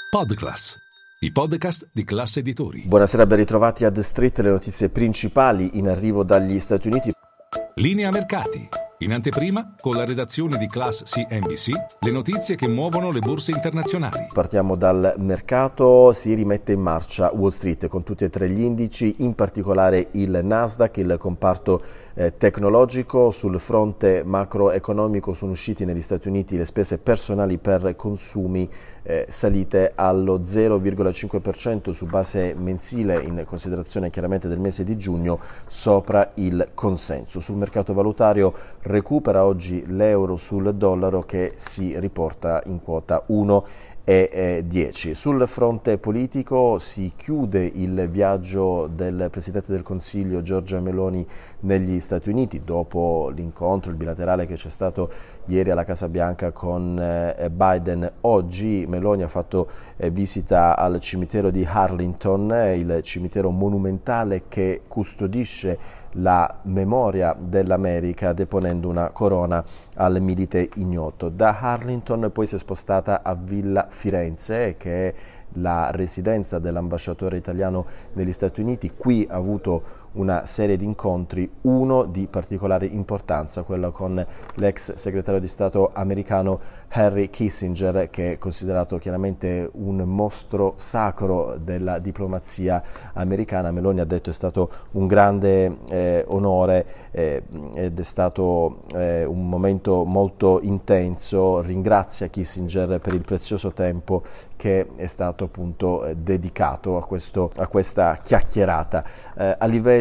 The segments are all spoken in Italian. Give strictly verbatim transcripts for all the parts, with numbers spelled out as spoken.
Podclass, i podcast di Class Editori. Buonasera, ben ritrovati a The Street, le notizie principali in arrivo dagli Stati Uniti. Linea mercati. In anteprima, con la redazione di Class C N B C, le notizie che muovono le borse internazionali. Partiamo dal mercato, si rimette in marcia Wall Street con tutti e tre gli indici, in particolare il Nasdaq, il comparto eh, tecnologico. Sul fronte macroeconomico sono usciti negli Stati Uniti le spese personali per consumi eh, salite allo zero virgola cinque per cento su base mensile, in considerazione chiaramente del mese di giugno, sopra il consenso. Sul mercato valutario recupera oggi l'euro sul dollaro, che si riporta in quota uno e dieci. Sul fronte politico si chiude il viaggio del Presidente del Consiglio Giorgia Meloni negli Stati Uniti dopo l'incontro, il bilaterale che c'è stato ieri alla Casa Bianca con Biden. Oggi Meloni ha fatto visita al cimitero di Arlington, il cimitero monumentale che custodisce la memoria dell'America, deponendo una corona al milite ignoto. Da Arlington poi si è spostata a Villa Firenze, che è la residenza dell'ambasciatore italiano negli Stati Uniti. Qui ha avuto una serie di incontri, uno di particolare importanza, quello con l'ex segretario di Stato americano Henry Kissinger, che è considerato chiaramente un mostro sacro della diplomazia americana. Meloni ha detto è stato un grande eh, onore eh, ed è stato eh, un momento molto intenso. Ringrazia Kissinger per il prezioso tempo che è stato appunto eh, dedicato a, questo, a questa chiacchierata. Eh, a livello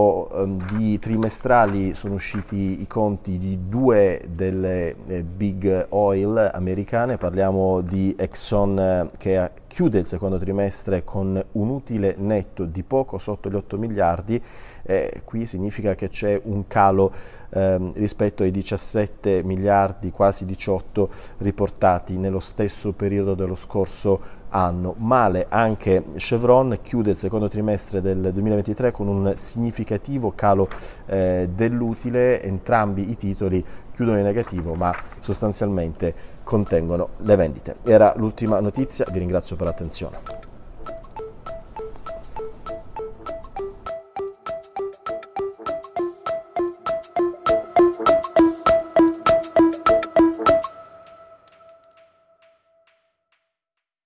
di trimestrali sono usciti i conti di due delle eh, big oil americane. Parliamo di Exxon, eh, che chiude il secondo trimestre con un utile netto di poco sotto gli otto miliardi. Eh, qui significa che c'è un calo eh, rispetto ai diciassette miliardi, quasi diciotto, riportati nello stesso periodo dello scorso anno. Male anche Chevron, chiude il secondo trimestre del duemilaventitré con un significativo calo eh, dell'utile. Entrambi i titoli chiudono in negativo, ma sostanzialmente contengono le vendite. Era l'ultima notizia, vi ringrazio per l'attenzione.